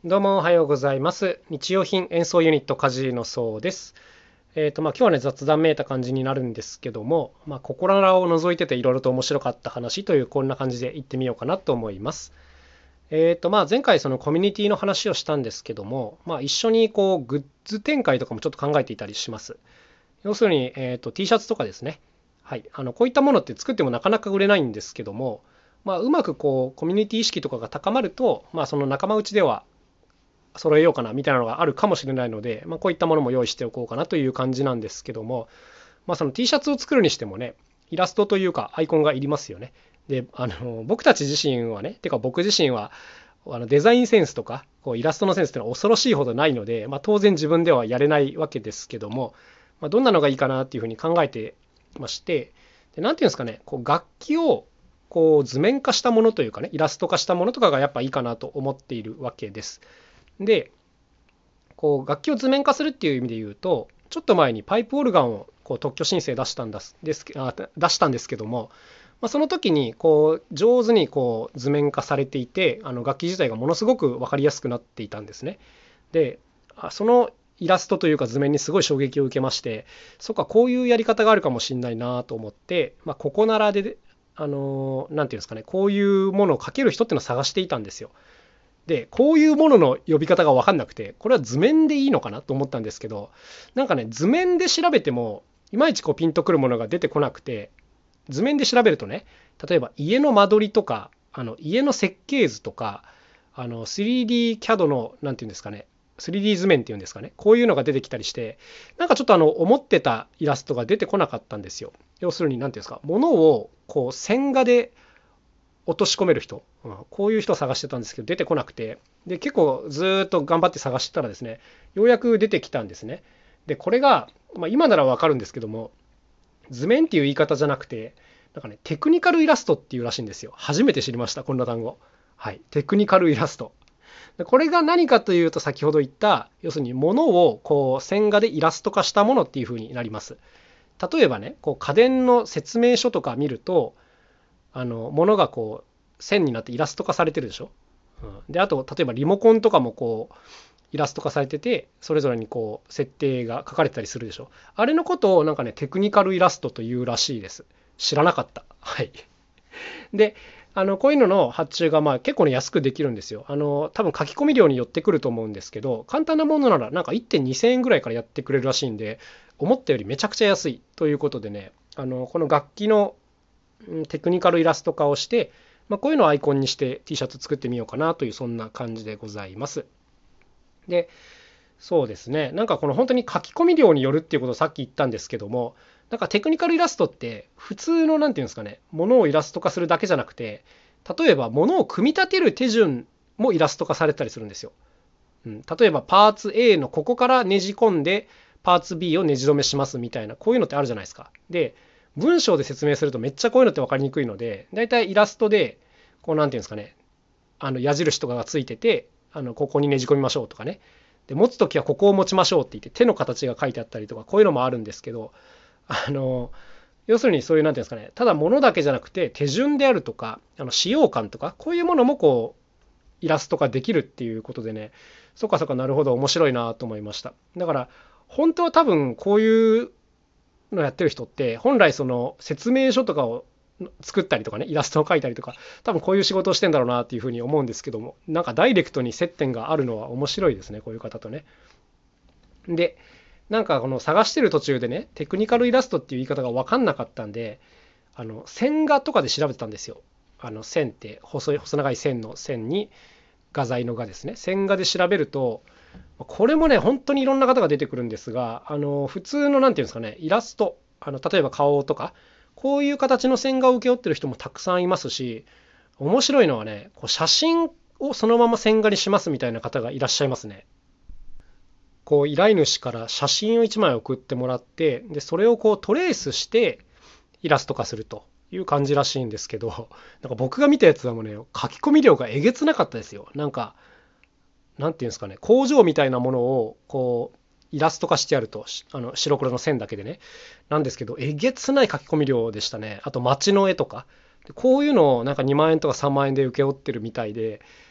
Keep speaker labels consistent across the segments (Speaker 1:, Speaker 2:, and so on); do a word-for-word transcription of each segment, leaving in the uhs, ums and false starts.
Speaker 1: どうもおはようございます。日用品演奏ユニット梶野そうです。えっとまあ今日はね雑談めいた感じになるんですけども、まあここらを覗いてていろいろと面白かった話というこんな感じで言ってみようかなと思います。えっとまあ前回そのコミュニティの話をしたんですけども、まあ一緒にこうグッズ展開とかもちょっと考えていたりします。要するにえっと T シャツとかですね。はい、あのこういったものって作ってもなかなか売れないんですけども、まあ、うまくこうコミュニティ意識とかが高まると、まあ、その仲間内では揃えようかなみたいなのがあるかもしれないので、まあ、こういったものも用意しておこうかなという感じなんですけども、まあ、その T シャツを作るにしてもね、イラストというかアイコンがいりますよね。で、あの僕たち自身はね、てか僕自身はあのデザインセンスとかこうイラストのセンスっていうのは恐ろしいほどないので、まあ、当然自分ではやれないわけですけども、まあ、どんなのがいいかなっていうふうに考えてまして、でなんていうんですかね、こう楽器をこう図面化したものというかね、イラスト化したものとかがやっぱいいかなと思っているわけです。で、こう楽器を図面化するっていう意味で言うと、ちょっと前にパイプオルガンをこう特許申請出したんですですあ出したんですけども、まあ、その時にこう上手にこう図面化されていて、あの楽器自体がものすごく分かりやすくなっていたんですね。で、あそのイラストというか図面にすごい衝撃を受けまして、そっか、こういうやり方があるかもしれないなと思って、まあ、ここならで、あのなんていうんですかね、こういうものを描ける人っていうのを探していたんですよ。で、こういうものの呼び方が分かんなくて、これは図面でいいのかなと思ったんですけど、なんかね、図面で調べても、いまいちこうピンとくるものが出てこなくて、図面で調べるとね、例えば家の間取りとか、あの家の設計図とか、あの スリーディー キャド の、なんていうんですかね、スリーディー 図面っていうんですかね、こういうのが出てきたりして、なんかちょっとあの思ってたイラストが出てこなかったんですよ。要するに、なんていうんですか、ものをこう線画で落とし込める人、うん、こういう人を探してたんですけど出てこなくて、で結構ずっと頑張って探してたらですね、ようやく出てきたんですね。でこれが、まあ、今ならわかるんですけども、図面っていう言い方じゃなくて、なんかね、テクニカルイラストっていうらしいんですよ。初めて知りました、こんな単語。はい、テクニカルイラスト。でこれが何かというと、先ほど言った要するに物をこう線画でイラスト化したものっていう風になります。例えばね、こう家電の説明書とか見ると、あの物がこう線になってイラスト化されてるでしょ。うん、であと例えばリモコンとかもこうイラスト化されてて、それぞれにこう設定が書かれてたりするでしょ。あれのことをなんかね、テクニカルイラストというらしいです。知らなかった。はい。で、あのこういうのの発注がまあ結構ね安くできるんですよ。あの多分書き込み量によってくると思うんですけど、簡単なものならなんかいってんにせんえんぐらいからやってくれるらしいんで、思ったよりめちゃくちゃ安いということでね、あのこの楽器のテクニカルイラスト化をして、まあ、こういうのをアイコンにして T シャツ作ってみようかなという、そんな感じでございます。で、そうですね、なんかこの本当に書き込み量によるっていうことをさっき言ったんですけども、なんかテクニカルイラストって普通のなんていうんですかね、ものをイラスト化するだけじゃなくて、例えばものを組み立てる手順もイラスト化されたりするんですよ。うん、例えばパーツ A のここからねじ込んでパーツ B をねじ止めしますみたいな、こういうのってあるじゃないですか。で、文章で説明するとめっちゃこういうのって分かりにくいので、だいたいイラストでこうなんていうんですかね、あの矢印とかがついてて、あのここにねじ込みましょうとかね、で持つ時はここを持ちましょうって言って手の形が書いてあったりとか、こういうのもあるんですけど、あの要するにそういうなんていうんですかね、ただ物だけじゃなくて手順であるとか、あの使用感とか、こういうものもこうイラスト化できるっていうことでね、そっかそっか、なるほど、面白いなと思いました。だから本当は多分こういうのやってる人って本来その説明書とかを作ったりとかね、イラストを描いたりとか、多分こういう仕事をしてんだろうなっていうふうに思うんですけども、なんかダイレクトに接点があるのは面白いですね、こういう方とね。で、なんかこの探してる途中でね、テクニカルイラストっていう言い方が分かんなかったんで、あの線画とかで調べてたんですよ。あの線って細い細長い線の線に画材の画ですね。線画で調べると、これもね、本当にいろんな方が出てくるんですが、あの普通のなんていうんですかね、イラスト、あの例えば顔とか、こういう形の線画を請け負ってる人もたくさんいますし、面白いのはね、こう写真をそのまま線画にしますみたいな方がいらっしゃいますね。こう依頼主から写真をいちまい送ってもらって、でそれをこうトレースしてイラスト化するという感じらしいんですけど、なんか僕が見たやつはもうね、書き込み量がえげつなかったですよ。なんかなんていうんですかね、工場みたいなものをこうイラスト化してあると、あの白黒の線だけでね、なんですけど、えげつない書き込み量でしたね。あと街の絵とか、こういうのをなんかにまん円とかさんまん円で請け負ってるみたいで、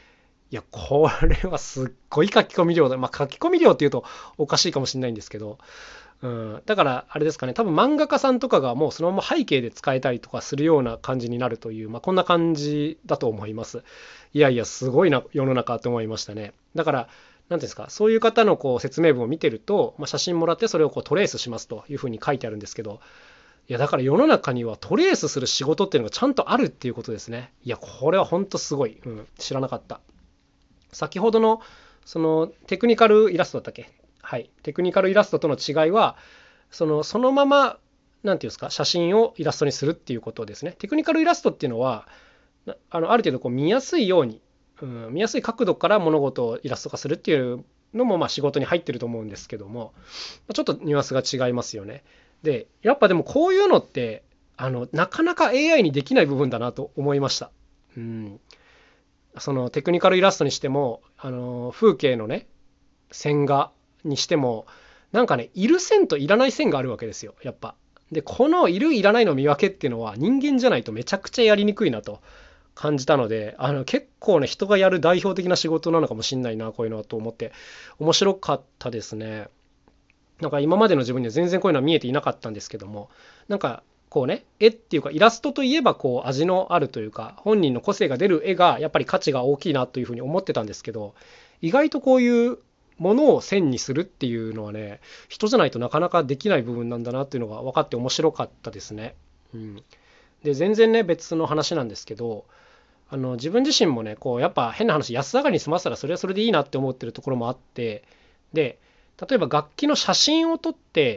Speaker 1: いや、これはすっごい書き込み量だ。まあ、書き込み量っていうとおかしいかもしれないんですけど、うん、だからあれですかね、多分漫画家さんとかがもうそのまま背景で使えたりとかするような感じになるという、まあ、こんな感じだと思います。いやいや、すごいな、世の中と思いましたね。だから、なんていうんですか、そういう方のこう説明文を見てると、まあ、写真もらってそれをこうトレースしますというふうに書いてあるんですけど、いや、だから世の中にはトレースする仕事っていうのがちゃんとあるっていうことですね。いや、これは本当すごい。うん、知らなかった。先ほどのそのテクニカルイラストだったっけ。はい。テクニカルイラストとの違いは、そのそのまま、なんていうんですか、写真をイラストにするっていうことですね。テクニカルイラストっていうのは、あのある程度こう見やすいように、うん、見やすい角度から物事をイラスト化するっていうのもまあ仕事に入ってると思うんですけども、ちょっとニュアンスが違いますよね。で、やっぱでもこういうのって、あのなかなか エーアイ にできない部分だなと思いました。うん、そのテクニカルイラストにしても、あの風景のね、線画にしても、なんかね、いる線といらない線があるわけですよ、やっぱ。で、このいるいらないの見分けっていうのは人間じゃないとめちゃくちゃやりにくいなと感じたので、あの結構ね、人がやる代表的な仕事なのかもしんないな、こういうのはと思って面白かったですね。なんか今までの自分には全然こういうのは見えていなかったんですけども、なんかこうね、絵っていうかイラストといえばこう味のあるというか、本人の個性が出る絵がやっぱり価値が大きいなというふうに思ってたんですけど、意外とこういうものを線にするっていうのはね、人じゃないとなかなかできない部分なんだなっていうのが分かって面白かったですね。うん、で、全然ね、別の話なんですけど、あの自分自身もね、こうやっぱ変な話、安上がりに済ませたらそれはそれでいいなって思ってるところもあって、で、例えば楽器の写真を撮って、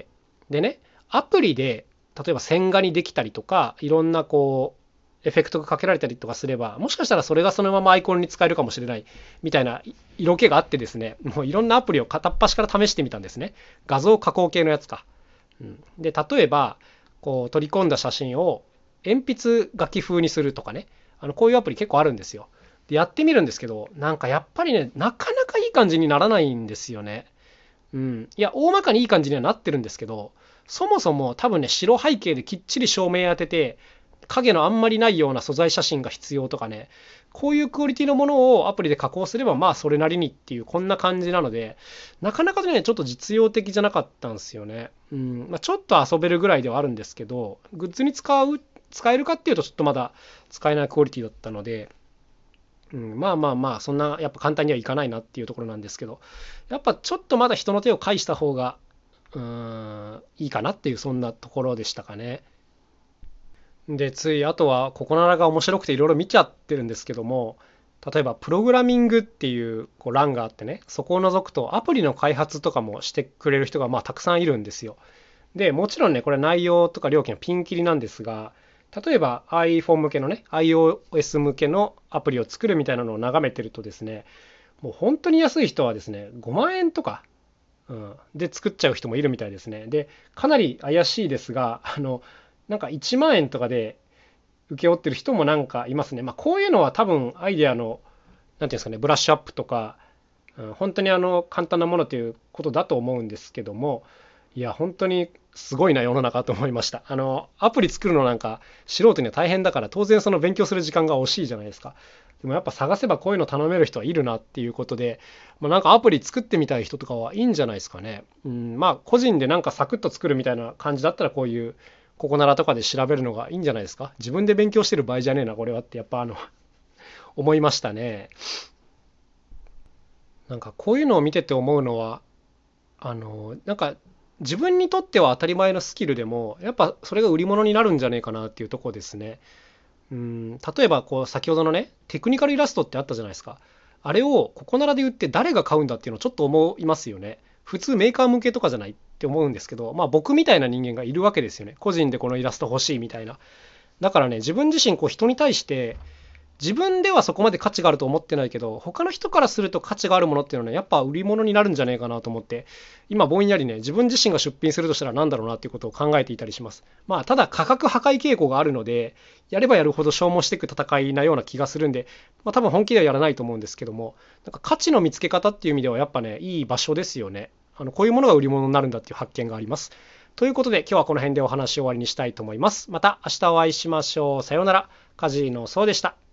Speaker 1: でね、アプリで、例えば線画にできたりとか、いろんなこう、エフェクトがかけられたりとかすれば、もしかしたらそれがそのままアイコンに使えるかもしれないみたいな色気があってですね、もういろんなアプリを片っ端から試してみたんですね。画像加工系のやつか。うん、で、例えば、こう取り込んだ写真を鉛筆書き風にするとかね、あのこういうアプリ結構あるんですよ。で、やってみるんですけど、なんかやっぱりね、なかなかいい感じにならないんですよね。うん。いや、大まかにいい感じにはなってるんですけど、そもそも多分ね、白背景できっちり照明当てて、影のあんまりないような素材写真が必要とかね、こういうクオリティのものをアプリで加工すれば、まあそれなりにっていう、こんな感じなので、なかなかね、ちょっと実用的じゃなかったんですよね。うん。まあ、ちょっと遊べるぐらいではあるんですけど、グッズに使う、使えるかっていうと、ちょっとまだ使えないクオリティだったので、うん、まあまあまあ、そんな、やっぱ簡単にはいかないなっていうところなんですけど、やっぱちょっとまだ人の手を介した方が、うーん、いいかなっていう、そんなところでしたかね。で、つい、あとは、ココナラが面白くていろいろ見ちゃってるんですけども、例えば、プログラミングっていうこう欄があってね、そこを除くと、アプリの開発とかもしてくれる人がまあたくさんいるんですよ。で、もちろんね、これ内容とか料金はピンキリなんですが、例えば iPhone 向けのね、iOS 向けのアプリを作るみたいなのを眺めてるとですね、もう本当に安い人はですね、ごまん円とか、うん、で作っちゃう人もいるみたいですね。で、かなり怪しいですが、あの、なんかいちまん円とかで請け負ってる人もなんかいますね。まあ、こういうのは多分アイデアの、なんていうんですかね、ブラッシュアップとか、うん、本当にあの簡単なものということだと思うんですけども、いや、本当にすごいな世の中と思いました。あの、アプリ作るのなんか素人には大変だから、当然その勉強する時間が惜しいじゃないですか。でもやっぱ探せばこういうの頼める人はいるなっていうことで、まあ、なんかアプリ作ってみたい人とかはいいんじゃないですかね。うん、まあ個人でなんかサクッと作るみたいな感じだったらこういうココナラとかで調べるのがいいんじゃないですか。自分で勉強してる場合じゃねえな、これはってやっぱあの思いましたね。なんかこういうのを見てて思うのは、あの、なんか自分にとっては当たり前のスキルでも、やっぱそれが売り物になるんじゃねえかなっていうところですね。うん、例えばこう先ほどのね、テクニカルイラストってあったじゃないですか。あれをここならで売って誰が買うんだっていうのをちょっと思いますよね。普通メーカー向けとかじゃないって思うんですけど、まあ僕みたいな人間がいるわけですよね。個人でこのイラスト欲しいみたいな。だからね、自分自身こう人に対して自分ではそこまで価値があると思ってないけど、他の人からすると価値があるものっていうのはね、やっぱ売り物になるんじゃないかなと思って、今ぼんやりね、自分自身が出品するとしたら何だろうなっていうことを考えていたりします。まあ、ただ価格破壊傾向があるので、やればやるほど消耗していく戦いなような気がするんで、まあ多分本気ではやらないと思うんですけども、なんか価値の見つけ方っていう意味ではやっぱね、いい場所ですよね。あの、こういうものが売り物になるんだっていう発見があります。ということで今日はこの辺でお話を終わりにしたいと思います。また明日お会いしましょう。さようなら。カジノそうでした。